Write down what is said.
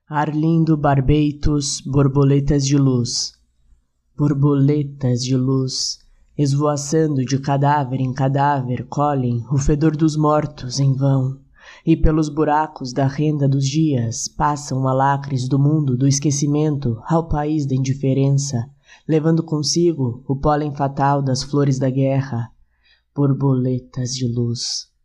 Arlindo Barbeitos, borboletas de luz. Borboletas de luz, esvoaçando de cadáver em cadáver, colhem o fedor dos mortos em vão, e pelos buracos da renda dos dias passam alacres do mundo do esquecimento ao país da indiferença, levando consigo o pólen fatal das flores da guerra. Borboletas de luz.